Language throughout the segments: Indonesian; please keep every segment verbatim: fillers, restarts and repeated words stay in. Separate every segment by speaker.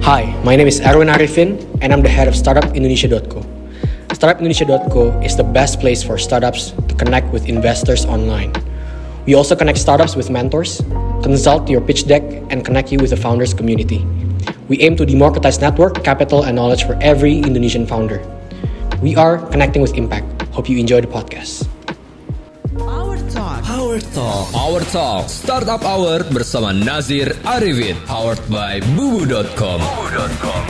Speaker 1: Hi, my name is Erwin Arifin, and I'm the head of startup indonesia dot co. startup indonesia dot co is the best place for startups to connect with investors online. We also connect startups with mentors, consult your pitch deck, and connect you with the founders community. We aim to democratize network, capital, and knowledge for every Indonesian founder. We are connecting with impact. Hope you enjoy the podcast.
Speaker 2: Power Talk.
Speaker 3: Power Talk. Power Talk. Startup Hour bersama Nazir Arifin. Powered by bubu dot com. bubu dot com.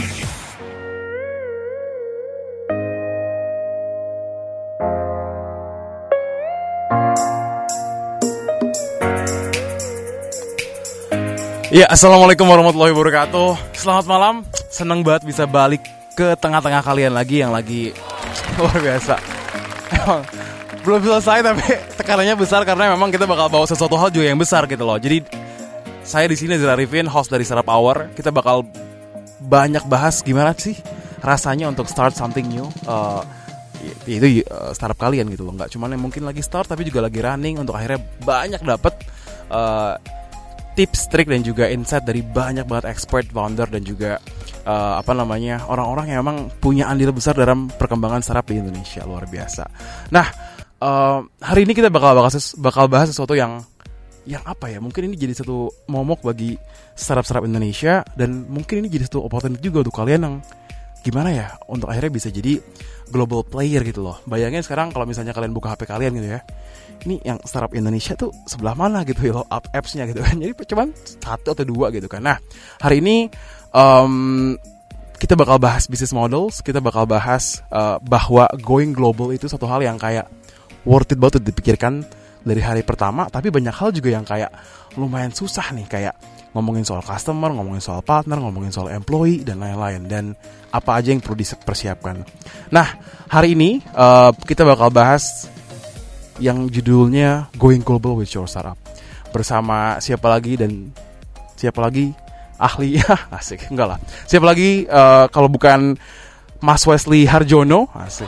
Speaker 4: Ya, assalamualaikum warahmatullahi wabarakatuh. Selamat malam. Senang banget bisa balik ke tengah-tengah kalian lagi yang lagi luar biasa. Emang belum selesai tapi tekanannya besar karena memang kita bakal bawa sesuatu hal juga yang besar gitu loh. Jadi saya di sini Nazir Arifin, host dari Startup Hour. Kita bakal banyak bahas gimana sih rasanya untuk start something new. Uh, itu uh, startup kalian gitu loh. Nggak cuma yang mungkin lagi start tapi juga lagi running untuk akhirnya banyak dapet uh, tips, trik dan juga insight dari banyak banget expert, founder dan juga uh, apa namanya orang-orang yang memang punya andil besar dalam perkembangan startup di Indonesia, luar biasa. Nah, uh, hari ini kita bakal bahas bakal bahas sesuatu yang yang apa ya? Mungkin ini jadi satu momok bagi startup-startup Indonesia dan mungkin ini jadi satu opportunity juga untuk kalian yang gimana ya untuk akhirnya bisa jadi global player gitu loh. Bayangin sekarang kalau misalnya kalian buka H P kalian gitu ya, ini yang startup Indonesia tuh sebelah mana gitu ya, apps-nya gitu kan. Jadi cuman satu atau dua gitu kan. Nah, hari ini um, kita bakal bahas business models, kita bakal bahas uh, bahwa going global itu satu hal yang kayak worth it banget dipikirkan dari hari pertama, tapi banyak hal juga yang kayak lumayan susah nih, kayak ngomongin soal customer, ngomongin soal partner, ngomongin soal employee dan lain-lain, dan apa aja yang perlu dipersiapkan. Nah, hari ini uh, kita bakal bahas yang judulnya Going Global with Your Startup. Bersama siapa lagi dan siapa lagi ahli ya, asik, enggak lah. Siapa lagi uh, kalau bukan Mas Wesley Harjono, asik.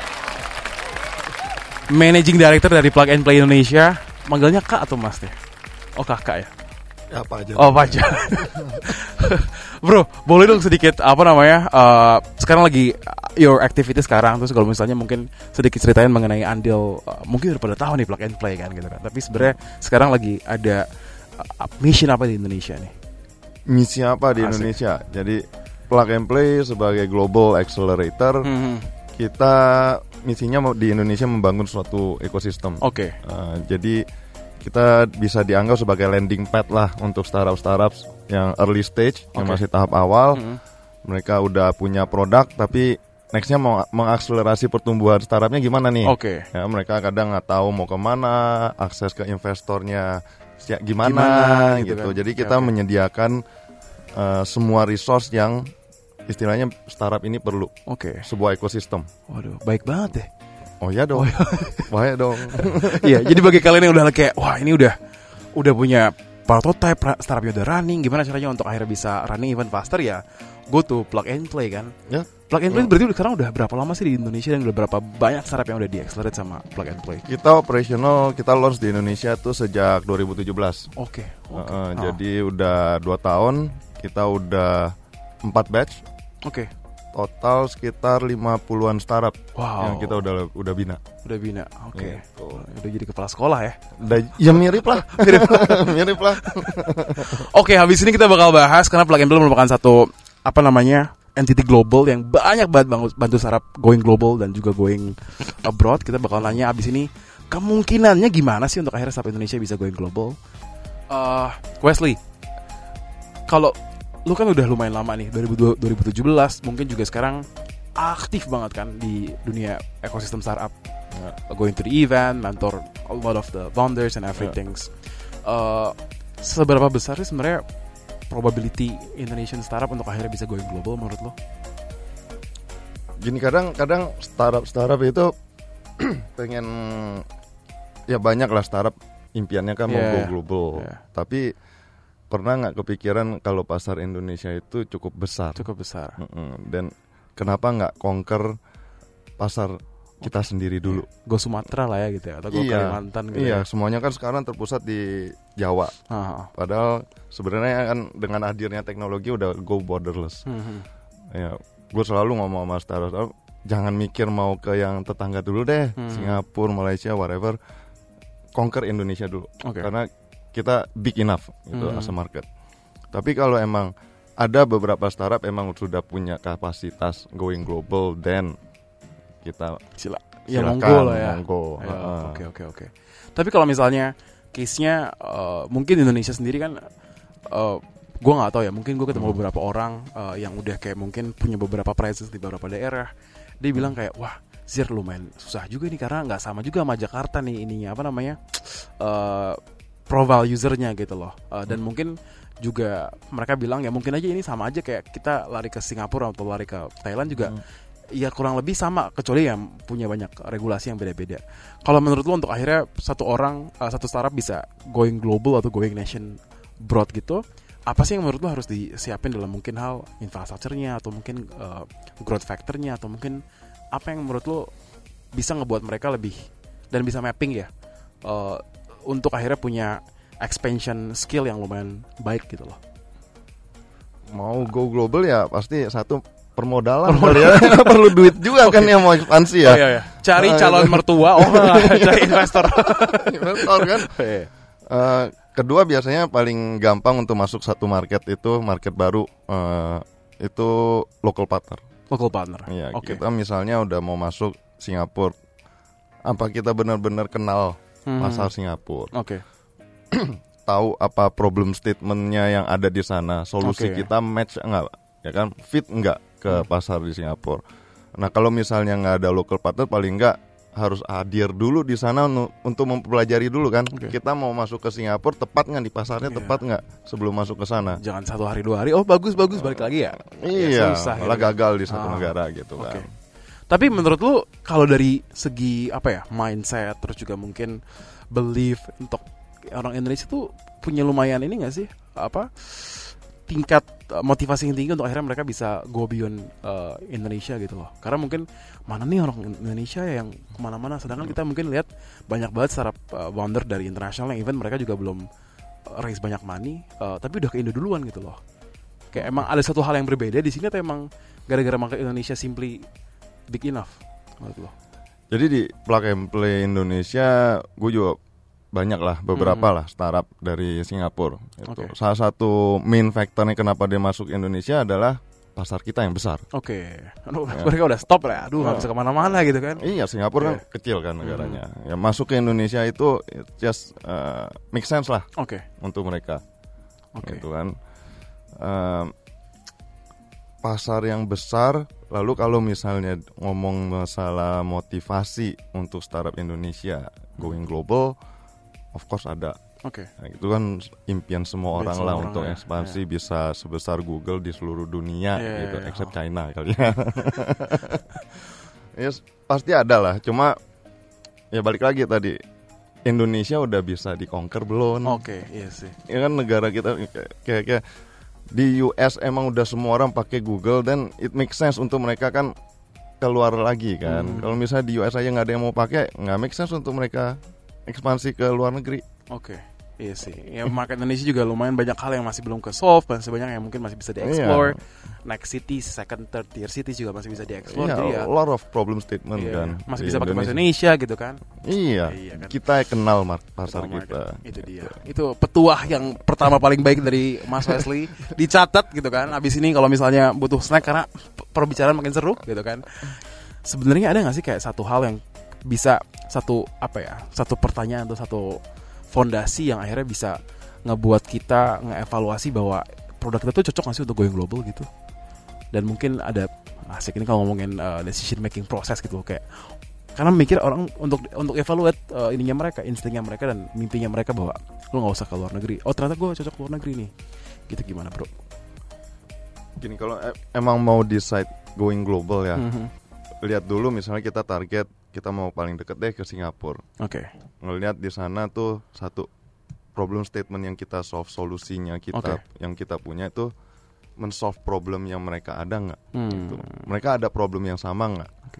Speaker 4: Managing Director dari Plug and Play Indonesia. Manggilnya Kak atau Mas deh? Oh Kakak ya?
Speaker 5: Ya apa aja.
Speaker 4: Oh apa aja. Bro, boleh dong sedikit apa namanya? Uh, sekarang lagi your activity sekarang, terus kalau misalnya mungkin sedikit ceritain mengenai andil, uh, mungkin udah pada tahu nih Plug and Play kan gitu kan. Tapi sebenarnya sekarang lagi ada uh, mission apa di Indonesia nih?
Speaker 5: Misi apa di
Speaker 4: Asik.
Speaker 5: Indonesia? Jadi Plug and Play sebagai global accelerator,
Speaker 4: Mm-hmm.
Speaker 5: kita misinya di Indonesia membangun suatu ekosistem.
Speaker 4: Oke. Okay.
Speaker 5: Uh, jadi kita bisa dianggap sebagai landing pad lah untuk startup-startup yang early stage, okay. yang masih tahap awal. Mm-hmm. Mereka udah punya produk, tapi nextnya mau mengakselerasi pertumbuhan startupnya gimana nih?
Speaker 4: Oke. Okay.
Speaker 5: Ya, mereka kadang nggak tahu mau kemana, akses ke investornya gimana,
Speaker 4: gimana gitu.
Speaker 5: gitu.
Speaker 4: Kan?
Speaker 5: Jadi kita okay. menyediakan uh, semua resource yang istilahnya startup ini perlu.
Speaker 4: Oke. Okay.
Speaker 5: Sebuah ekosistem.
Speaker 4: Waduh, baik banget deh.
Speaker 5: Oh iya dong, bahaya dong.
Speaker 4: Iya, jadi bagi kalian yang udah kayak, wah ini udah udah punya prototype, startupnya udah running, gimana caranya untuk akhirnya bisa running even faster ya? Go to Plug and Play kan? Ya. Plug and Play
Speaker 5: ya.
Speaker 4: Berarti sekarang udah berapa lama sih di Indonesia dan udah berapa banyak startup yang udah di-accelerate sama Plug and Play?
Speaker 5: Kita operational, kita launch di Indonesia tuh sejak dua ribu tujuh belas.
Speaker 4: Oke. Okay, okay.
Speaker 5: uh,
Speaker 4: oh.
Speaker 5: Jadi udah dua tahun, kita udah empat batch.
Speaker 4: Oke. Okay.
Speaker 5: Total sekitar lima puluhan startup
Speaker 4: wow.
Speaker 5: yang kita udah udah bina.
Speaker 4: Udah bina, oke. Okay.
Speaker 5: Gitu.
Speaker 4: Udah jadi kepala sekolah ya?
Speaker 5: Udah, ya mirip lah, mirip lah, mirip lah.
Speaker 4: Oke, okay, habis ini kita bakal bahas karena Plug and Play merupakan satu apa namanya entity global yang banyak banget bantu startup going global dan juga going abroad. Kita bakal nanya abis ini kemungkinannya gimana sih untuk akhirnya startup Indonesia bisa going global. Uh, Wesley, kalau lu kan udah lumayan lama nih, dua ribu tujuh belas, mungkin juga sekarang aktif banget kan di dunia ekosistem startup, yeah. Going to the event, mentor a lot of the founders and everything. Yeah. Uh, seberapa besar sih sebenarnya probability Indonesian startup untuk akhirnya bisa going global menurut lo?
Speaker 5: Gini, kadang-kadang startup-startup itu pengen, ya banyak lah startup impiannya kan yeah. mau go global, yeah. tapi pernah nggak kepikiran kalau pasar Indonesia itu cukup besar?
Speaker 4: Cukup besar.
Speaker 5: Mm-mm. Dan kenapa nggak conquer pasar kita sendiri dulu.
Speaker 4: Go Sumatera lah ya gitu ya, atau go
Speaker 5: iya,
Speaker 4: Kalimantan gitu.
Speaker 5: Iya,
Speaker 4: ya.
Speaker 5: semuanya kan sekarang terpusat di Jawa.
Speaker 4: Aha.
Speaker 5: Padahal sebenarnya kan dengan hadirnya teknologi udah go borderless. Hmm. Ya, gue selalu ngomong sama startup, jangan mikir mau ke yang tetangga dulu deh, hmm. Singapura, Malaysia, whatever. Conquer Indonesia dulu. Okay. Karena kita big enough itu hmm. as a market. Tapi kalau emang ada beberapa startup emang sudah punya kapasitas going global, then kita
Speaker 4: Sila. Ya monggo lah ya.
Speaker 5: Monggo.
Speaker 4: Oke oke oke. Tapi kalau misalnya case-nya uh, mungkin Indonesia sendiri kan, uh, gue nggak tahu ya. Mungkin gue ketemu hmm. beberapa orang uh, yang udah kayak mungkin punya beberapa presence di beberapa daerah. Dia bilang kayak, wah, Zir lumayan susah juga nih karena nggak sama juga sama Jakarta nih ininya apa namanya uh, profile usernya gitu loh. Uh, dan hmm. mungkin juga mereka bilang ya mungkin aja ini sama aja kayak kita lari ke Singapura atau lari ke Thailand juga. Hmm. Ya kurang lebih sama, kecuali yang punya banyak regulasi yang beda-beda. Kalau menurut lo untuk akhirnya satu orang, uh, satu startup bisa going global atau going nation broad gitu, apa sih yang menurut lo harus disiapin dalam mungkin hal infrastrukturnya atau mungkin uh, growth factornya atau mungkin apa yang menurut lo bisa ngebuat mereka lebih dan bisa mapping ya uh, untuk akhirnya punya expansion skill yang lumayan baik gitu loh.
Speaker 5: Mau go global ya pasti satu permodalan kali ya. Perlu duit juga okay. kan yang mau ekspansi ya.
Speaker 4: Oh, iya, iya. Cari calon mertua, oh cari investor.
Speaker 5: Investor kan. uh, kedua biasanya paling gampang untuk masuk satu market itu market baru uh, itu local partner.
Speaker 4: Local partner.
Speaker 5: Iya,
Speaker 4: okay.
Speaker 5: Kita misalnya udah mau masuk Singapura. Apa kita benar-benar kenal hmm. pasar Singapura?
Speaker 4: Oke.
Speaker 5: Okay. Tahu apa problem statementnya yang ada di sana, solusi okay. kita match enggak? Ya kan, fit enggak ke pasar di Singapura. Nah kalau misalnya nggak ada local partner paling nggak harus hadir dulu di sana untuk mempelajari dulu kan. Okay. Kita mau masuk ke Singapura tepat nggak di pasarnya, yeah. tepat nggak sebelum masuk ke sana.
Speaker 4: Jangan satu hari dua hari, oh bagus bagus balik lagi ya.
Speaker 5: Iya,
Speaker 4: ya,
Speaker 5: malah gagal di satu ah. negara gitu okay. kan.
Speaker 4: Tapi menurut lu kalau dari segi apa ya mindset terus juga mungkin belief untuk orang Indonesia tuh punya lumayan ini nggak sih apa? Tingkat motivasi yang tinggi untuk akhirnya mereka bisa go beyond uh, Indonesia gitu loh. Karena mungkin mana nih orang Indonesia yang kemana-mana, sedangkan kita mungkin lihat banyak banget startup uh, founder dari internasional yang even mereka juga belum uh, raise banyak money, uh, tapi udah ke Indo duluan gitu loh. Kayak emang ada satu hal yang berbeda di sini atau emang gara-gara market Indonesia simply big enough menurut lo?
Speaker 5: Jadi di plug and play Indonesia gue juga banyak lah beberapa hmm. lah startup dari Singapura. Okay. Salah satu main faktornya kenapa dia masuk Indonesia adalah pasar kita yang besar.
Speaker 4: Oke. Okay. Aduh, ya. Mereka udah stop lah. Aduh, nggak nah. bisa kemana-mana gitu kan?
Speaker 5: Iya, Singapura okay. kan kecil kan negaranya. Hmm. Ya masuk ke Indonesia itu just uh, make sense lah. Oke. Okay. Untuk mereka. Oke. Okay. Gitu kan. Uh, pasar yang besar. Lalu kalau misalnya ngomong masalah motivasi untuk startup Indonesia going global. Of course ada. Oke. Okay. Nah, itu kan impian semua orang semua lah orang untuk ya. ekspansi yeah. bisa sebesar Google di seluruh dunia yeah, gitu, yeah, except oh. China kali ya. Yes, pasti ada lah. Cuma ya balik lagi tadi, Indonesia udah bisa di-conquer belum?
Speaker 4: Oke, okay, iya sih.
Speaker 5: Ya kan negara kita kayak kayak di U S emang udah semua orang pakai Google dan it makes sense untuk mereka kan keluar lagi kan. Hmm. Kalau misalnya di U S aja nggak ada yang mau pakai, nggak make sense untuk mereka ekspansi ke luar negeri.
Speaker 4: Oke, okay. Iya sih. Ya market Indonesia juga lumayan banyak hal yang masih belum ke solve, masih banyak yang mungkin masih bisa dieksplor. Iya. Next city, second, third tier city juga masih bisa dieksplor.
Speaker 5: Iya, jadi ya, a lot of problem statement iya. kan.
Speaker 4: Masih bisa pakai bahasa Indonesia gitu kan.
Speaker 5: Iya. iya kan? Kita kenal mark- pasar kenal kita.
Speaker 4: Market. Itu dia. Itu petuah yang pertama paling baik dari Mas Wesley. Dicatat gitu kan. Abis ini kalau misalnya butuh snack karena perbicaraan makin seru gitu kan. Sebenarnya ada nggak sih kayak satu hal yang bisa satu apa ya satu pertanyaan atau satu fondasi yang akhirnya bisa ngebuat kita ngeevaluasi bahwa produk kita tuh cocok nggak sih untuk going global gitu, dan mungkin ada asik ini kalau ngomongin uh, decision making process gitu kayak karena mikir orang untuk untuk evaluate uh, ininya mereka, instingnya mereka dan mimpinya mereka bahwa lu nggak usah ke luar negeri, oh ternyata gue cocok ke luar negeri nih gitu. Gimana bro?
Speaker 5: Gini, kalau e- emang mau decide going global ya mm-hmm. lihat dulu misalnya kita target kita mau paling deket deh ke Singapura. Oke. Okay. Ngelihat di sana tuh satu problem statement yang kita solve, solusinya kita okay. yang kita punya itu men-solve problem yang mereka ada nggak? Hmm. Gitu. Mereka ada problem yang sama nggak? Okay.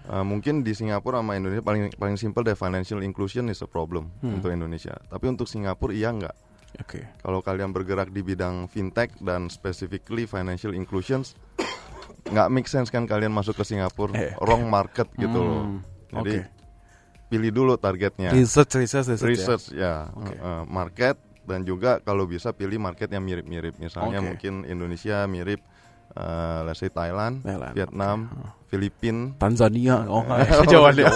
Speaker 5: Uh, mungkin di Singapura sama Indonesia paling paling simple deh, financial inclusion is a problem hmm. untuk Indonesia. Tapi untuk Singapura iya enggak.
Speaker 4: Oke. Okay.
Speaker 5: Kalau kalian bergerak di bidang fintech dan specifically financial inclusions, nggak make sense kan kalian masuk ke Singapura, eh. wrong market gitu hmm. loh. Jadi okay. pilih dulu targetnya.
Speaker 4: Research, research, research,
Speaker 5: research ya, ya. Okay. Uh, market dan juga kalau bisa pilih market yang mirip-mirip. Misalnya okay. mungkin Indonesia mirip. Uh, let's say Thailand, Thailand Vietnam, okay. Filipina,
Speaker 4: Tanzania, oh jauh deh.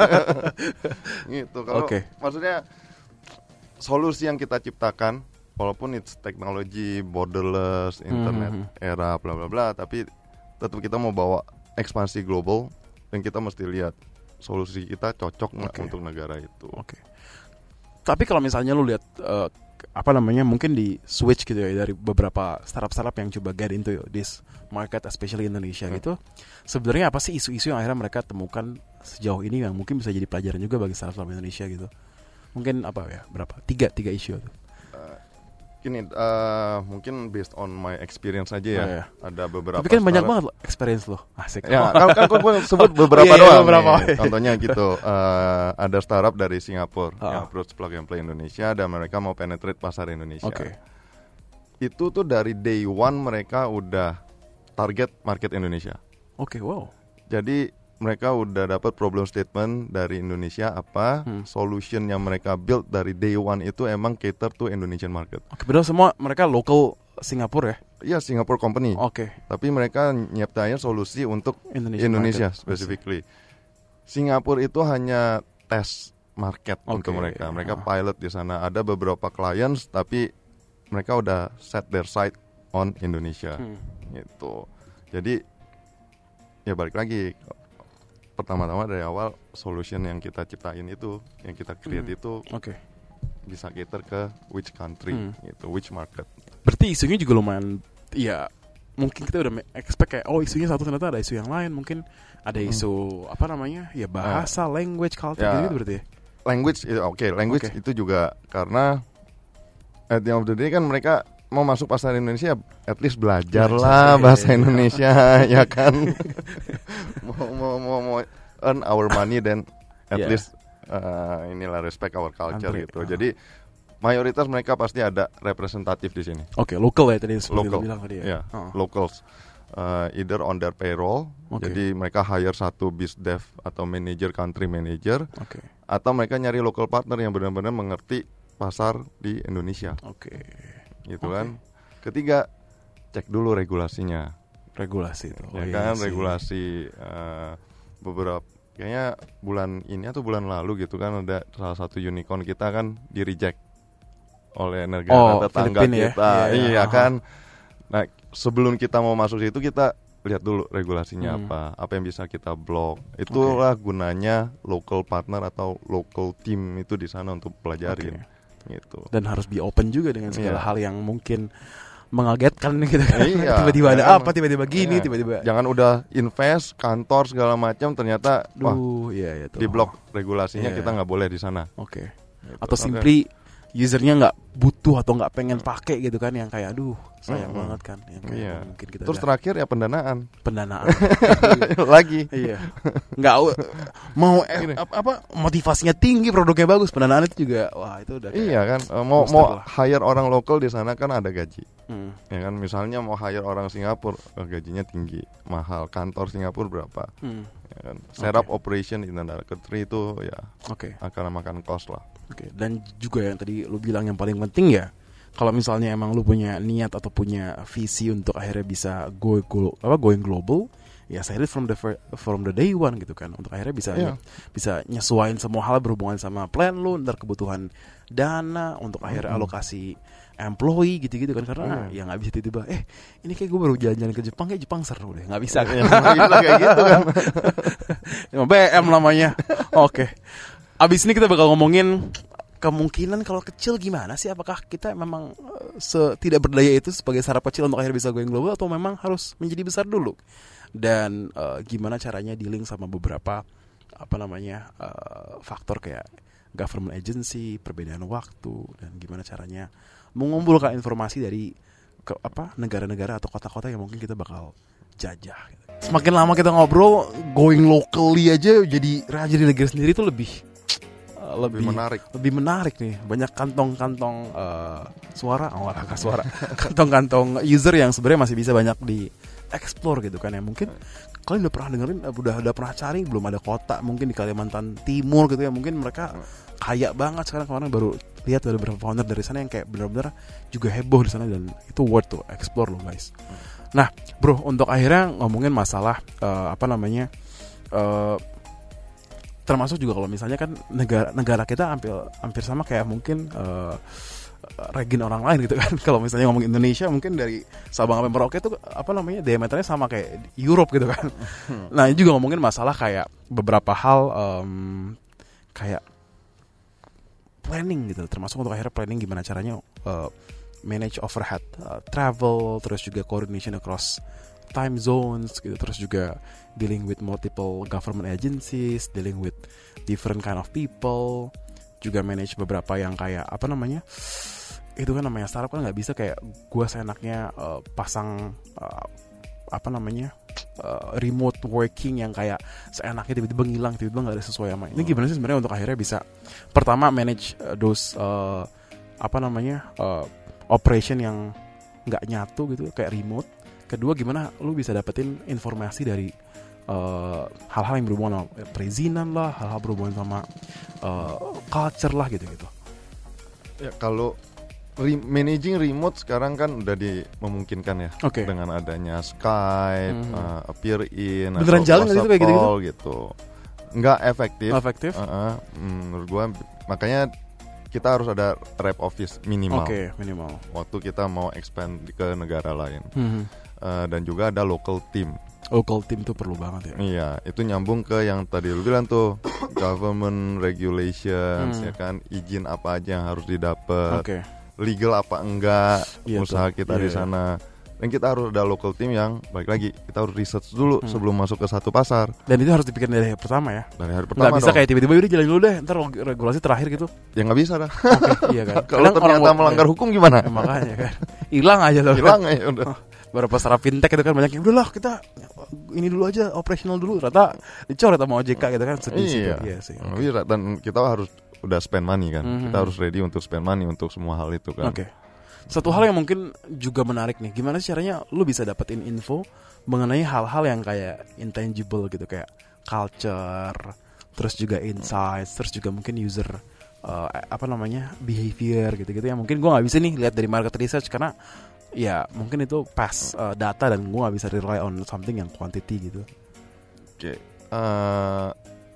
Speaker 5: Gitu. Kalau okay. maksudnya solusi yang kita ciptakan, walaupun it's technology borderless, internet mm-hmm. era, bla bla bla, tapi tetap kita mau bawa ekspansi global dan kita mesti lihat solusi kita cocok nggak okay. untuk negara itu.
Speaker 4: Oke. Okay. Tapi kalau misalnya lu lihat uh, apa namanya mungkin di switch gitu ya dari beberapa startup-startup yang coba get into this market especially Indonesia hmm. gitu. Sebenarnya apa sih isu-isu yang akhirnya mereka temukan sejauh ini yang mungkin bisa jadi pelajaran juga bagi startup Indonesia gitu. Mungkin apa ya? Berapa? Tiga, tiga isu itu. Uh, gini, uh, mungkin based on my experience aja ya. Oh, iya. Ada beberapa. Tapi kan banyak banget lo experience lo. Asik.
Speaker 5: Ya, kan kan gue sebut beberapa oh, iya, doang. Beberapa. Contohnya gitu. Uh, ada startup dari Singapura oh. yang approach Plug and Play Indonesia dan mereka mau penetrate pasar Indonesia. Oke. Okay. Itu tuh dari day one mereka udah target market Indonesia.
Speaker 4: Oke, okay, wow.
Speaker 5: Jadi mereka udah dapat problem statement dari Indonesia apa, hmm. solution yang mereka build dari day one itu emang cater to Indonesian market.
Speaker 4: Oke, benar semua mereka local Singapura ya?
Speaker 5: Iya, Singapore company.
Speaker 4: Oke. Okay.
Speaker 5: Tapi mereka nyiptain solusi untuk Indonesian Indonesia market. Specifically. Singapura itu hanya test market okay. untuk mereka. Mereka oh. pilot di sana. Ada beberapa clients tapi mereka udah set their sight on Indonesia. Hmm. Gitu. Jadi ya balik lagi. Pertama-tama dari awal solution yang kita ciptain itu, yang kita create hmm. itu
Speaker 4: okay.
Speaker 5: bisa cater ke which country, hmm. gitu, which market.
Speaker 4: Berarti isunya juga lumayan, ya mungkin kita udah expect kayak oh isunya satu ternyata ada isu yang lain, mungkin ada isu hmm. apa namanya, ya bahasa, uh, language, culture ya, gitu berarti ya.
Speaker 5: Language, oke, okay, language okay. itu juga karena at the end of the day kan mereka mau masuk pasar Indonesia, at least belajar lah bahasa ya, Indonesia, ya kan. mau, mau mau mau earn our money dan at yeah. least uh, inilah respect our culture Antri. gitu. Uh. Jadi mayoritas mereka pasti ada representatif di sini.
Speaker 4: Oke, okay, local ya tadi seperti
Speaker 5: local.
Speaker 4: bilang tadi ya.
Speaker 5: Yeah, uh. locals. Uh, either on their payroll, okay. jadi mereka hire satu biz dev atau manager, country manager,
Speaker 4: okay.
Speaker 5: atau mereka nyari local partner yang benar-benar mengerti pasar di Indonesia.
Speaker 4: Oke. Okay.
Speaker 5: Gitu okay. kan. Ketiga, cek dulu regulasinya.
Speaker 4: Regulasi itu.
Speaker 5: Ya oh, kan, iya regulasi uh, beberapa kayaknya bulan ini atau bulan lalu gitu kan ada salah satu unicorn kita kan di reject oleh negara oh, tetangga Filipina kita. Ya? Iya, iya kan. Nah, sebelum kita mau masuk situ kita lihat dulu regulasinya hmm. apa, apa yang bisa kita blok. Itulah okay. gunanya local partner atau local team itu di sana untuk pelajarin. Okay. Gitu.
Speaker 4: Dan harus be open juga dengan segala yeah. hal yang mungkin mengagetkan gitu kan.
Speaker 5: Iya,
Speaker 4: tiba-tiba ada
Speaker 5: jangan,
Speaker 4: apa, tiba-tiba gini,
Speaker 5: iya.
Speaker 4: tiba-tiba.
Speaker 5: Jangan udah invest kantor segala macam ternyata
Speaker 4: Duh,
Speaker 5: wah
Speaker 4: iya, iya,
Speaker 5: di blok regulasinya
Speaker 4: iya.
Speaker 5: kita nggak boleh di sana.
Speaker 4: Oke. Okay.
Speaker 5: Gitu.
Speaker 4: Atau simply okay. usernya nggak butuh atau nggak pengen pakai gitu kan, yang kayak aduh sayang mm-hmm. banget kan. Yang kayak
Speaker 5: iya.
Speaker 4: mungkin kita
Speaker 5: terus terakhir ya pendanaan.
Speaker 4: Pendanaan.
Speaker 5: Lagi.
Speaker 4: Iya. Nggak mau eh, apa, apa motivasinya tinggi, produknya bagus, pendanaan itu juga wah itu udah.
Speaker 5: Iya kan. Uh, mau mau lah. Hire orang lokal di sana kan ada gaji. Hmm. Ya kan, misalnya mau hire orang Singapura, oh, gajinya tinggi, mahal. Kantor Singapura berapa? Hmm. Ya kan. Setup okay. operation in another country itu ya
Speaker 4: okay.
Speaker 5: akan makan cost lah.
Speaker 4: Oke. Okay. Dan juga yang tadi lu bilang yang paling penting ya, kalau misalnya emang lu punya niat atau punya visi untuk akhirnya bisa go, go apa going global, ya set it from the from the day one gitu kan, untuk akhirnya bisa yeah. bisa nyesuaiin semua hal berhubungan sama plan lu, ntar kebutuhan dana untuk akhirnya mm-hmm. alokasi employee gitu-gitu kan, karena mm. ya nggak bisa tiba-tiba eh ini kayak gue baru jalan-jalan ke Jepang, kayak Jepang seru deh, nggak bisa kan,
Speaker 5: nggak bisa kayak gitu kan.
Speaker 4: B M namanya. Oke, okay. Abis ini kita bakal ngomongin kemungkinan kalau kecil gimana sih, apakah kita memang uh, se- tidak berdaya itu sebagai startup kecil untuk akhirnya bisa going global, atau memang harus menjadi besar dulu, dan uh, gimana caranya dealing sama beberapa apa namanya uh, faktor kayak government agency, perbedaan waktu, dan gimana caranya mengumpulkan informasi dari ke, apa negara-negara atau kota-kota yang mungkin kita bakal jajah gitu. semakin lama kita ngobrol, going locally aja jadi raja di negeri sendiri itu lebih uh, lebih,
Speaker 5: lebih menarik,
Speaker 4: lebih menarik nih. Banyak kantong-kantong uh, suara, oh nggak suara, kantong-kantong user yang sebenarnya masih bisa banyak di explore gitu kan ya. Mungkin kalian udah pernah dengerin, udah udah pernah cari, belum ada kota mungkin di Kalimantan Timur gitu ya. Mungkin mereka kaya banget sekarang. Kemarin baru lihat ada beberapa founder dari sana yang kayak benar-benar juga heboh di sana, dan itu worth to explore loh guys. Nah bro, untuk akhirnya ngomongin masalah uh, apa namanya uh, termasuk juga kalau misalnya kan negara negara kita hampir hampir sama kayak mungkin uh, region orang lain gitu kan. Kalau misalnya ngomong Indonesia mungkin dari Sabang sampai Merauke itu apa namanya diameternya sama kayak Europe gitu kan. Nah ini juga ngomongin masalah kayak beberapa hal um, kayak planning gitu, termasuk untuk akhirnya planning gimana caranya uh, manage overhead uh, travel, terus juga coordination across time zones gitu, terus juga dealing with multiple government agencies, dealing with different kind of people, juga manage beberapa yang kayak apa namanya itu kan namanya startup kan nggak bisa kayak gue seenaknya uh, pasang uh, apa namanya uh, remote working yang kayak seenaknya tiba-tiba ngilang, tiba-tiba nggak ada sesuai sama ini. Gimana sih sebenarnya untuk akhirnya bisa pertama manage uh, those uh, apa namanya uh, operation yang nggak nyatu gitu kayak remote. Kedua gimana lu bisa dapetin informasi dari uh, hal-hal yang berhubungan sama perizinan lah, hal-hal berhubungan sama uh, culture lah gitu-gitu.
Speaker 5: Ya kalau re- managing remote sekarang kan udah dimemungkinkan ya,
Speaker 4: okay.
Speaker 5: dengan adanya Skype, mm-hmm. uh, Appear In,
Speaker 4: beneran jalan nggak sih kayak gitu-gitu?
Speaker 5: gitu. Nggak efektif.
Speaker 4: Efektif.
Speaker 5: Uh-uh, menurut gua makanya kita harus ada rep office minimal.
Speaker 4: Oke, okay, minimal.
Speaker 5: Waktu kita mau expand ke negara lain.
Speaker 4: Mm-hmm.
Speaker 5: Uh, dan juga ada local team.
Speaker 4: Local team tuh perlu banget ya.
Speaker 5: Iya, itu nyambung ke yang tadi lu bilang tuh, government regulations, hmm. ya kan, izin apa aja yang harus didapat,
Speaker 4: okay.
Speaker 5: legal apa enggak,
Speaker 4: iya,
Speaker 5: usaha
Speaker 4: tuh.
Speaker 5: kita
Speaker 4: iya,
Speaker 5: di sana. Dan kita harus ada local team yang balik lagi kita harus research dulu hmm. sebelum masuk ke satu pasar.
Speaker 4: Dan itu harus dipikir dari hari pertama ya.
Speaker 5: Dari hari pertama.
Speaker 4: Nggak bisa dong. Kayak tiba-tiba udah jalan dulu deh, ntar regulasi terakhir gitu.
Speaker 5: Ya nggak bisa dah.
Speaker 4: Okay, iya kan.
Speaker 5: Kalau ternyata orang melanggar ya. hukum gimana?
Speaker 4: Ya, makanya kan. Hilang aja loh.
Speaker 5: Hilang aja udah.
Speaker 4: Beberapa startup fintech itu kan banyak yang udahlah kita ini dulu aja operational dulu, ternyata dicoret sama O J K gitu kan, sedih
Speaker 5: iya.
Speaker 4: iya sih.
Speaker 5: Okay. Bisa, dan kita harus udah spend money kan. Mm-hmm. Kita harus ready untuk spend money untuk semua hal itu kan.
Speaker 4: Oke. Okay. Satu hal yang mungkin juga menarik nih, gimana sih caranya lu bisa dapetin info mengenai hal-hal yang kayak intangible gitu, kayak culture, terus juga insights, terus juga mungkin user uh, apa namanya behavior gitu-gitu yang mungkin gue nggak bisa nih lihat dari market research karena ya mungkin itu past uh, data dan gue gak bisa rely on something yang quantity gitu.
Speaker 5: Oke okay. uh,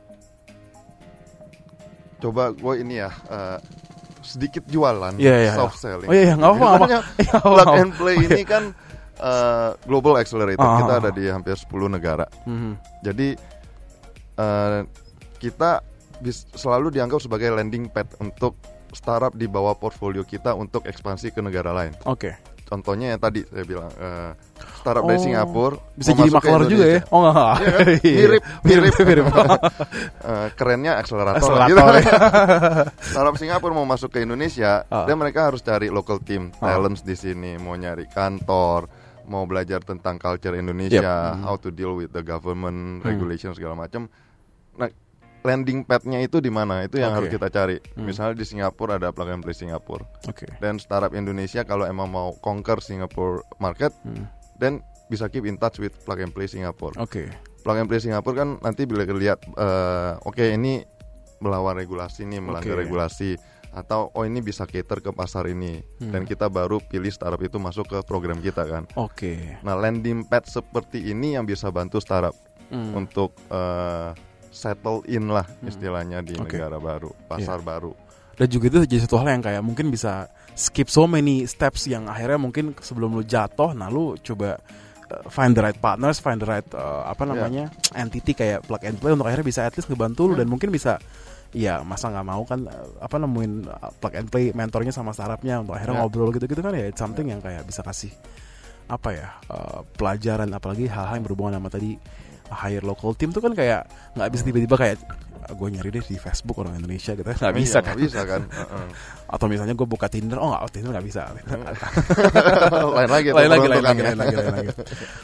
Speaker 5: Coba gue ini ya uh, sedikit jualan,
Speaker 4: yeah, yeah,
Speaker 5: soft
Speaker 4: yeah.
Speaker 5: selling.
Speaker 4: Oh iya, yeah, gak apa-apa.
Speaker 5: Plug and Play ini kan uh, global accelerator,
Speaker 4: uh-huh.
Speaker 5: kita ada di hampir sepuluh negara. Mm-hmm. Jadi uh, kita bis, selalu dianggap sebagai landing pad untuk startup di bawah portfolio kita untuk ekspansi ke negara lain.
Speaker 4: Oke. Okay.
Speaker 5: Contohnya yang tadi saya bilang uh, startup oh, dari Singapura
Speaker 4: bisa jadi maklar juga ya? Oh enggak.
Speaker 5: Ya, kan? Mirip, mirip, mirip. uh, kerennya akselerator,
Speaker 4: akselerator
Speaker 5: gitu.
Speaker 4: Ya.
Speaker 5: Startup Singapura mau masuk ke Indonesia,
Speaker 4: uh.
Speaker 5: dan mereka harus cari local team, uh. talents di sini, mau nyari kantor, mau belajar tentang culture Indonesia, yep. how to deal with the government hmm. regulation segala macam. Nah, landing pad-nya itu di mana? Itu yang okay. harus kita cari. Hmm. Misalnya di Singapura ada Plug and Play Singapura.
Speaker 4: Okay.
Speaker 5: Dan startup Indonesia kalau emang mau conquer Singapore market, hmm. dan bisa keep in touch with Plug and Play Singapura.
Speaker 4: Okay.
Speaker 5: Plug and Play Singapura kan nanti bila lihat, uh, oke okay, ini melawan regulasi nih, melanggar okay. regulasi, atau oh ini bisa cater ke pasar ini, hmm. dan kita baru pilih startup itu masuk ke program kita kan.
Speaker 4: Oke. Okay.
Speaker 5: Nah landing pad seperti ini yang bisa bantu startup hmm. untuk uh, settle in lah istilahnya di okay. negara baru, pasar yeah. baru.
Speaker 4: Dan juga itu jadi satu hal yang kayak mungkin bisa skip so many steps yang akhirnya mungkin sebelum lu jatuh, nah lu coba uh, find the right partners, find the right uh, apa namanya yeah. entity kayak Plug and Play untuk akhirnya bisa at least ngebantu lu yeah. dan mungkin bisa ya masa nggak mau kan apa nemuin uh, Plug and Play mentornya sama startupnya untuk akhirnya yeah. ngobrol gitu-gitu kan ya, it's something yeah. yang kayak bisa kasih apa ya uh, pelajaran, apalagi hal-hal yang berhubungan sama tadi hire local team tuh kan kayak nggak bisa tiba-tiba kayak gue nyari deh di Facebook orang Indonesia gitu, nggak bisa
Speaker 5: iya,
Speaker 4: kan?
Speaker 5: Gak bisa kan? Uh-uh.
Speaker 4: Atau misalnya gue buka Tinder, oh nggak, Tinder nggak bisa.
Speaker 5: lain lagi,
Speaker 4: lain lagi, lain lagi, lain lagi, lain lagi.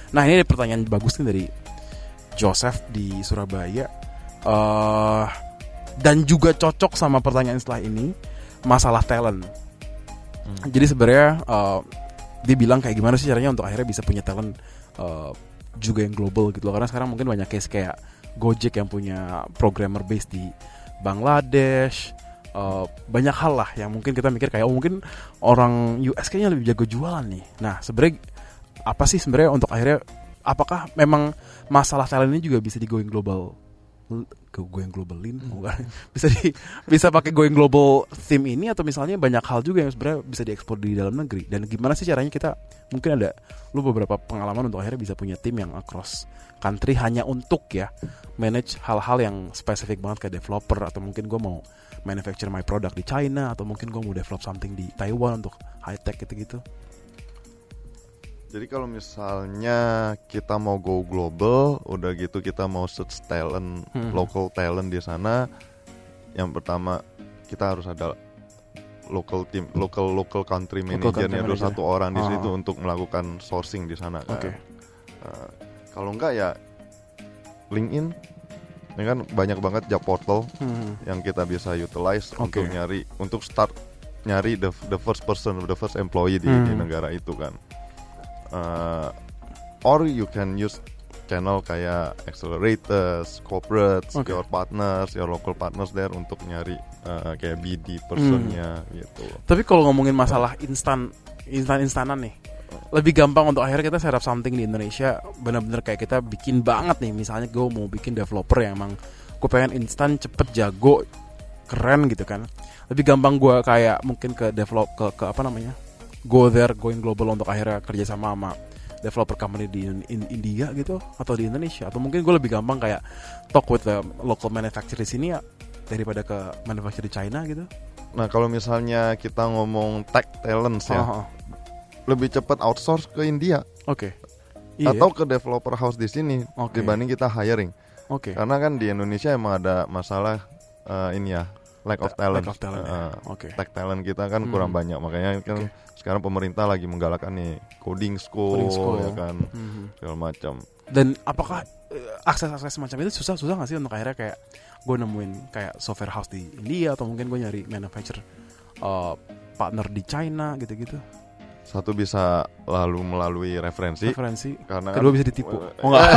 Speaker 4: Nah ini ada pertanyaan bagus nih dari Joseph di Surabaya, uh, dan juga cocok sama pertanyaan setelah ini, masalah talent. Hmm. Jadi sebenarnya uh, dia bilang kayak gimana sih caranya untuk akhirnya bisa punya talent uh, juga yang global gitu loh. Karena sekarang mungkin banyak case kayak Gojek yang punya programmer base di Bangladesh, uh, banyak hal lah yang mungkin kita mikir kayak oh mungkin orang U S kayaknya lebih jago jualan nih. Nah sebenarnya apa sih sebenarnya untuk akhirnya, apakah memang masalah talent ini juga bisa di going global, ke going globalin, hmm. bisa di bisa pakai going global theme ini, atau misalnya banyak hal juga yang sebenarnya bisa diekspor di dalam negeri, dan gimana sih caranya kita, mungkin ada lu beberapa pengalaman untuk akhirnya bisa punya tim yang across country hanya untuk ya manage hal-hal yang spesifik banget kayak developer, atau mungkin gue mau manufacture my product di China, atau mungkin gue mau develop something di Taiwan untuk high tech gitu-gitu.
Speaker 5: Jadi kalau misalnya kita mau go global, udah gitu kita mau search talent, hmm. local talent di sana, yang pertama kita harus ada local team, local local country manager-nya ada satu orang di situ oh. untuk melakukan sourcing di sana kan. Okay. Uh, kalau enggak ya LinkedIn, ini kan banyak banget job portal hmm. yang kita bisa utilize okay. untuk nyari, untuk start nyari the the first person, the first employee di, hmm. di negara itu kan. Uh, or you can use channel kayak accelerators, corporates, okay. your partners, your local partners there untuk nyari uh, kayak B D personnya hmm. gitu.
Speaker 4: Tapi kalau ngomongin masalah instan, instan-instanan nih, lebih gampang untuk akhirnya kita set up something di Indonesia, benar-benar kayak kita bikin banget nih. Misalnya gue mau bikin developer yang emang gue pengen instan, cepet, jago, keren gitu kan. Lebih gampang gue kayak mungkin ke develop ke, ke apa namanya? go there, going global untuk akhirnya kerja sama sama developer company di in, India gitu, atau di Indonesia, atau mungkin gue lebih gampang kayak talk with the local manufacturer di sini ya daripada ke manufacturer di China gitu.
Speaker 5: Nah kalau misalnya kita ngomong tech talents ya, uh-huh. lebih cepat outsource ke India,
Speaker 4: oke, okay.
Speaker 5: atau ke developer house di sini okay. dibanding kita hiring,
Speaker 4: oke. Okay.
Speaker 5: Karena kan di Indonesia emang ada masalah uh, ini ya, lack of talent,
Speaker 4: lack of talent uh, ya. okay.
Speaker 5: tech talent kita kan hmm. kurang banyak, makanya kan okay. sekarang pemerintah lagi menggalakkan nih coding school, coding school ya kan, hmm. segala macam.
Speaker 4: Dan apakah uh, akses-akses semacam itu susah-susah nggak sih untuk akhirnya kayak gue nemuin kayak software house di India, atau mungkin gue nyari manufacturer uh, partner di China gitu-gitu?
Speaker 5: Satu bisa lalu melalui referensi,
Speaker 4: referensi.
Speaker 5: Karena
Speaker 4: kedua
Speaker 5: kan,
Speaker 4: bisa ditipu. Oh enggak.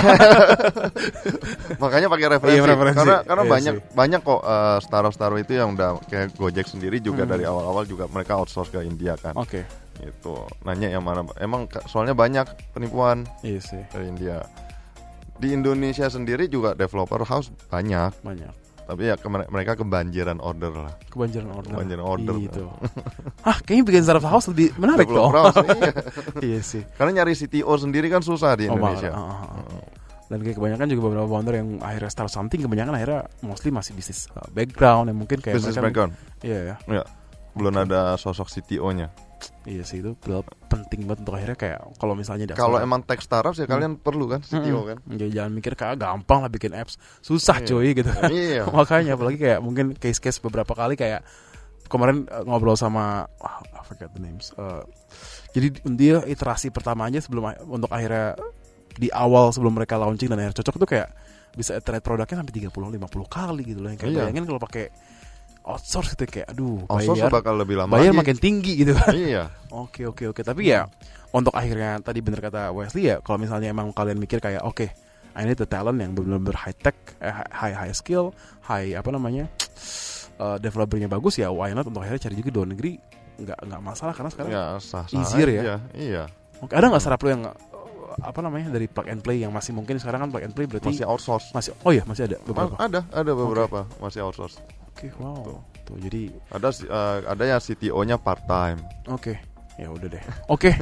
Speaker 5: Makanya pakai referensi. Iya, referensi. Karena karena iya, banyak sih. banyak kok uh, startup-startup itu yang udah kayak Gojek sendiri juga hmm. dari awal-awal juga mereka outsource ke India kan.
Speaker 4: Oke. Okay.
Speaker 5: Gitu. Nanya yang mana? Emang soalnya banyak penipuan
Speaker 4: iya sih.
Speaker 5: dari India. Di Indonesia sendiri juga developer house banyak.
Speaker 4: Banyak.
Speaker 5: Tapi ya ke, mereka kebanjiran order lah.
Speaker 4: Kebanjiran order.
Speaker 5: Kebanjiran order.
Speaker 4: Gitu. Ah, kayaknya bikin startup house lebih menarik loh.
Speaker 5: Iya.
Speaker 4: Iya sih.
Speaker 5: Karena nyari C T O sendiri kan susah di Indonesia.
Speaker 4: Oh, uh, uh, uh. Dan kayak kebanyakan juga beberapa founder yang akhirnya start something, kebanyakan akhirnya mostly masih bisnis uh, background yang mungkin kayak
Speaker 5: business background.
Speaker 4: Iya ya.
Speaker 5: Iya. Belum ada sosok C T O-nya.
Speaker 4: Iya sih, itu penting banget untuk akhirnya kayak kalau misalnya
Speaker 5: kalau emang tech startup ya hmm. kalian perlu kan C T O hmm. kan.
Speaker 4: Jadi jangan mikir kayak gampang lah bikin apps, susah iya. cuy gitu.
Speaker 5: Iya.
Speaker 4: Makanya apalagi kayak mungkin case-case beberapa kali kayak kemarin uh, ngobrol sama oh, I forget the names. Uh, jadi dia iterasi pertamanya sebelum untuk akhirnya di awal sebelum mereka launching dan akhirnya cocok tuh kayak bisa iterate produknya sampai tiga puluh lima puluh kali gitu loh. Yang kayak iya. bayangin kalau pakai outsource gitu kayak aduh
Speaker 5: outsource
Speaker 4: bayar
Speaker 5: bakal lebih lama
Speaker 4: bayar
Speaker 5: lagi.
Speaker 4: Makin tinggi gitu kan.
Speaker 5: Iya.
Speaker 4: Oke oke oke tapi ya untuk akhirnya tadi bener kata Wesley ya, kalau misalnya emang kalian mikir kayak oke okay, I need the talent yang benar-benar high tech, eh, high high skill, high apa namanya uh, developernya bagus ya, why not untuk akhirnya cari juga di luar negeri, nggak nggak masalah karena sekarang
Speaker 5: ya, sah, sah
Speaker 4: easier ya.
Speaker 5: Iya. iya.
Speaker 4: Oke, ada nggak startup lo yang apa namanya dari plug and play yang masih mungkin sekarang kan plug and play berarti
Speaker 5: masih outsource.
Speaker 4: Masih oh iya masih ada beberapa.
Speaker 5: Mas, ada ada beberapa okay. masih outsource.
Speaker 4: Oke, okay, wow. Tuh. Tuh, jadi
Speaker 5: ada uh, ada yang C T O-nya part time.
Speaker 4: Oke. Okay. Ya udah deh. Oke. Okay.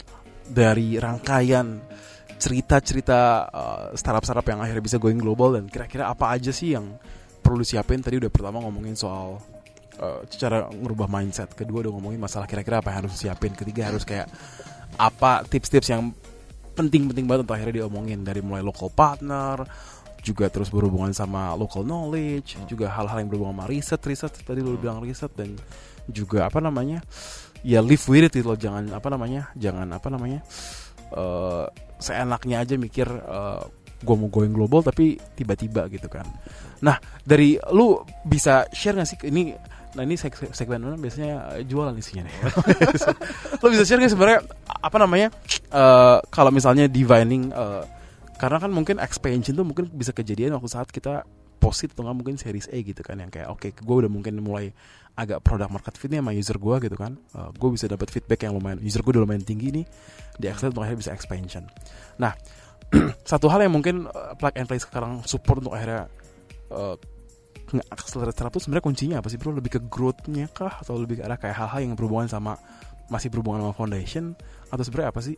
Speaker 4: Dari rangkaian cerita-cerita uh, startup-startup yang akhirnya bisa going global, dan kira-kira apa aja sih yang perlu disiapin? Tadi udah pertama ngomongin soal uh, cara ngerubah mindset, kedua udah ngomongin masalah kira-kira apa yang harus disiapin, ketiga harus kayak apa tips-tips yang penting-penting banget untuk akhirnya diomongin, dari mulai local partner, juga terus berhubungan sama local knowledge, hmm. juga hal-hal yang berhubungan sama riset, riset tadi lu bilang riset, dan juga apa namanya ya live with it loh, jangan apa namanya jangan apa namanya uh, seenaknya aja mikir uh, gue mau going global tapi tiba-tiba gitu kan. Nah dari lu bisa share nggak sih ini? Nah ini seg- segmen mana biasanya jualan isinya nih. Lu bisa share nggak sebenarnya apa namanya uh, kalau misalnya divining uh, karena kan mungkin expansion tuh mungkin bisa kejadian waktu saat kita posit atau nggak mungkin series A gitu kan yang kayak oke okay, gue udah mungkin mulai agak product market fit nih sama user gue gitu kan. Uh, gue bisa dapat feedback yang lumayan user gue udah lumayan tinggi nih di accelerate untuk akhirnya bisa expansion. Nah satu hal yang mungkin uh, plug and play sekarang support untuk akhirnya uh, nge-accelerate startup itu sebenarnya kuncinya apa sih bro? Lebih ke growth-nya kah? Atau lebih ke arah kayak hal-hal yang berhubungan sama masih berhubungan sama foundation? Atau sebenarnya apa sih?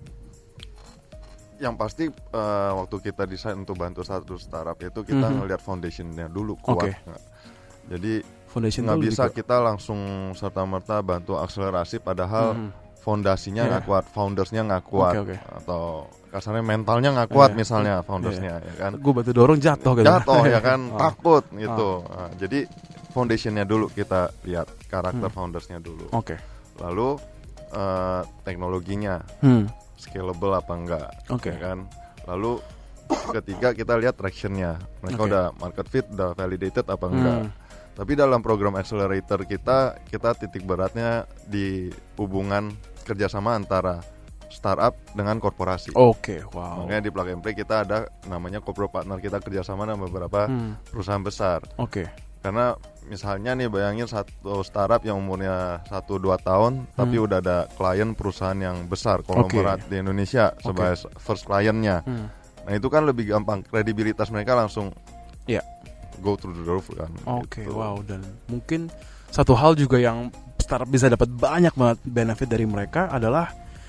Speaker 5: Yang pasti uh, waktu kita desain untuk bantu satu startup itu kita mm-hmm. ngelihat foundationnya dulu kuat. Okay. Nah, jadi nggak bisa ke... kita langsung serta-merta bantu akselerasi padahal mm-hmm. fondasinya nggak yeah. kuat, foundersnya nggak kuat, okay, okay. atau kasarnya mentalnya nggak kuat yeah. misalnya foundersnya, yeah. ya kan?
Speaker 4: Gue bantu dorong jatuh, gitu.
Speaker 5: Jatuh ya kan, oh. takut gitu. Oh. Nah, jadi foundationnya dulu kita lihat, karakter hmm. foundersnya dulu.
Speaker 4: Oke. Okay.
Speaker 5: Lalu uh, teknologinya, hmm. scalable apa enggak,
Speaker 4: okay.
Speaker 5: ya kan? Lalu ketiga kita lihat tractionnya, mereka okay. udah market fit, udah validated apa enggak. Hmm. Tapi dalam program accelerator kita, kita titik beratnya di hubungan kerjasama antara startup dengan korporasi.
Speaker 4: Oke, okay, wow.
Speaker 5: Makanya di Plug and Play kita ada namanya corporate partner, kita kerjasama dengan beberapa hmm. perusahaan besar.
Speaker 4: Oke. Okay.
Speaker 5: Karena misalnya nih bayangin satu startup yang umurnya satu dua tahun, hmm. tapi udah ada klien perusahaan yang besar, konglomerat okay. di Indonesia sebagai okay. first kliennya. Hmm. Nah itu kan lebih gampang, kredibilitas mereka langsung
Speaker 4: ya yeah.
Speaker 5: go through the roof kan.
Speaker 4: Oke, okay,
Speaker 5: gitu.
Speaker 4: Wow. Dan mungkin satu hal juga yang startup bisa dapat banyak banget benefit dari mereka adalah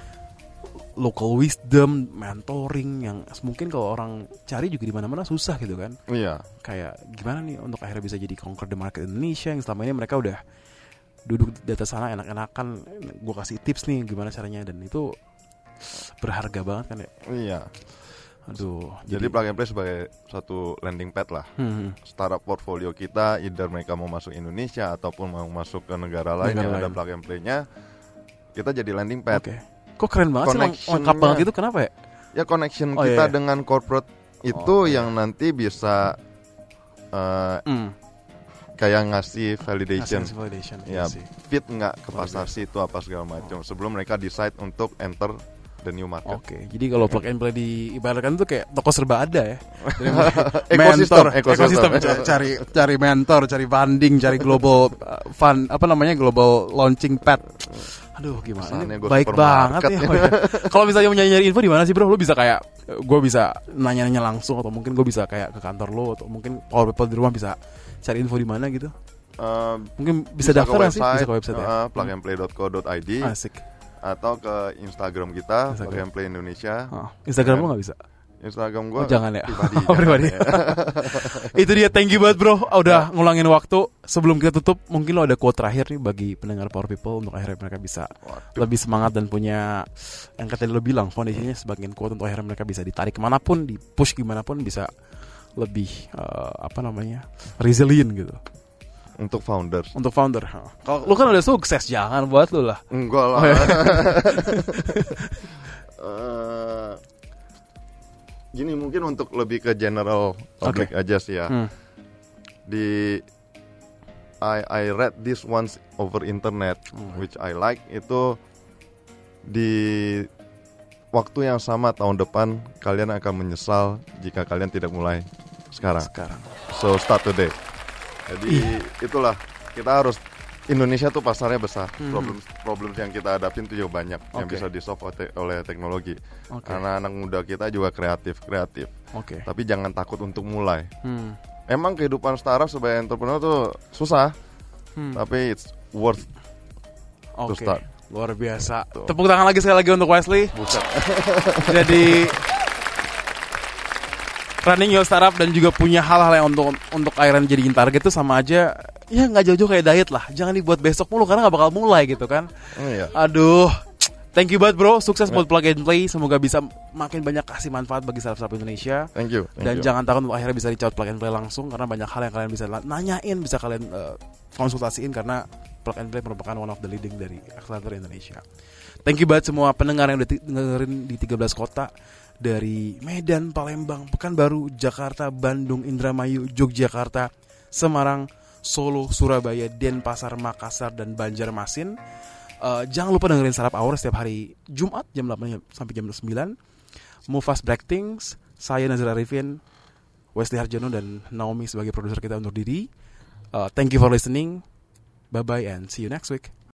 Speaker 4: local wisdom, mentoring yang mungkin kalau orang cari juga di mana-mana susah gitu kan.
Speaker 5: Iya.
Speaker 4: Kayak gimana nih untuk akhirnya bisa jadi conquer the market Indonesia yang selama ini mereka udah duduk di atas sana enak-enakan, gue kasih tips nih gimana caranya, dan itu berharga banget kan ya.
Speaker 5: Iya.
Speaker 4: Aduh,
Speaker 5: jadi, jadi Plug and Play sebagai satu landing pad lah. Hmm. Startup portfolio kita, either mereka mau masuk Indonesia ataupun mau masuk ke negara lain negara yang lain. Ada Plug and Play-nya, kita jadi landing pad.
Speaker 4: Oke. Okay. Kok keren banget sih, lengkap banget itu, kenapa ya?
Speaker 5: Ya connection oh, kita iya, iya. dengan corporate itu oh, yang iya. nanti bisa uh, mm. kayak ngasih validation,
Speaker 4: ngasih validation
Speaker 5: ya iya fit nggak ke pasar sih itu apa segala macam. Oh. Sebelum mereka decide untuk enter the new market.
Speaker 4: Oke, okay. Jadi kalau Plug and Play diibaratkan tuh kayak toko serba ada ya.
Speaker 5: ekosistem,
Speaker 4: mentor, ekosistem, ekosistem cari cari mentor, cari funding, cari global uh, fund, apa namanya global launching pad. Aduh gimana? Ini baik banget ya. ya. Kalau misalnya mau nyari info di mana sih bro? Lo bisa kayak gue bisa nanya-nanya langsung atau mungkin gue bisa kayak ke kantor lo atau mungkin power people di rumah bisa cari info di mana gitu. Uh, mungkin bisa, bisa daftar sih, bisa ke website uh, ya.
Speaker 5: plug and play dot co dot i d.
Speaker 4: Asik.
Speaker 5: Atau ke Instagram kita, Plug and Play Indonesia.
Speaker 4: Oh, Instagram lo nggak bisa?
Speaker 5: Instagram gue
Speaker 4: oh, jangan ya.
Speaker 5: Pribadi.
Speaker 4: Oh, pribadi. Ya. Itu dia, thank you banget bro. Udah ya. ngulangin waktu. Sebelum kita tutup, mungkin lo ada quote terakhir nih bagi pendengar Power People untuk akhirnya mereka bisa Waduh. lebih semangat dan punya yang kata lo bilang foundationnya sebagian quote untuk akhirnya mereka bisa ditarik kemanapun, di push gimana pun bisa lebih uh, apa namanya resilient gitu.
Speaker 5: Untuk founders.
Speaker 4: Untuk founder. Kalau lu kan udah sukses, jangan buat lu lah.
Speaker 5: Enggak lah.
Speaker 4: Oh, ya.
Speaker 5: uh, gini mungkin untuk lebih ke general public okay. aja sih ya. Hmm. Di I I read this once over internet, hmm. which I like, itu di waktu yang sama tahun depan kalian akan menyesal jika kalian tidak mulai sekarang.
Speaker 4: Sekarang.
Speaker 5: So start today. Jadi Ih. itulah kita harus, Indonesia tuh pasarnya besar, hmm. problem problem yang kita hadapin tuh juga banyak okay. yang bisa di solve oleh teknologi. Okay. Karena anak muda kita juga kreatif kreatif.
Speaker 4: Okay.
Speaker 5: Tapi jangan takut untuk mulai.
Speaker 4: Hmm.
Speaker 5: Emang kehidupan startup sebagai entrepreneur tuh susah, hmm. tapi it's worth
Speaker 4: okay.
Speaker 5: to start.
Speaker 4: Luar biasa. Tuh. Tepuk tangan lagi sekali lagi untuk Wesley.
Speaker 5: Buset.
Speaker 4: Jadi running your startup dan juga punya hal-hal yang untuk untuk akhirnya jadiin target itu sama aja ya nggak jauh-jauh kayak diet lah. Jangan dibuat besok mulu karena nggak bakal mulai gitu kan.
Speaker 5: Oh, iya.
Speaker 4: Aduh, thank you banget bro, sukses buat Plug and Play. Semoga bisa makin banyak kasih manfaat bagi startup Indonesia.
Speaker 5: Thank you. Thank
Speaker 4: dan
Speaker 5: you.
Speaker 4: jangan takut untuk akhirnya bisa reach out Plug and Play langsung karena banyak hal yang kalian bisa nanyain, bisa kalian uh, konsultasiin karena Plug and Play merupakan one of the leading dari accelerator Indonesia. Thank you banget semua pendengar yang udah dengerin di tiga belas kota. dari Medan, Palembang, Pekanbaru, Jakarta, Bandung, Indramayu, Yogyakarta, Semarang, Solo, Surabaya, Denpasar, Makassar, dan Banjarmasin. Uh, jangan lupa dengerin Startup Hour setiap hari Jumat jam delapan sampai jam sembilan. Move Fast Break Things. Saya Nazir Arifin, Wesley Harjono, dan Naomi sebagai produser kita undur diri. Uh, thank you for listening. Bye-bye and see you next week.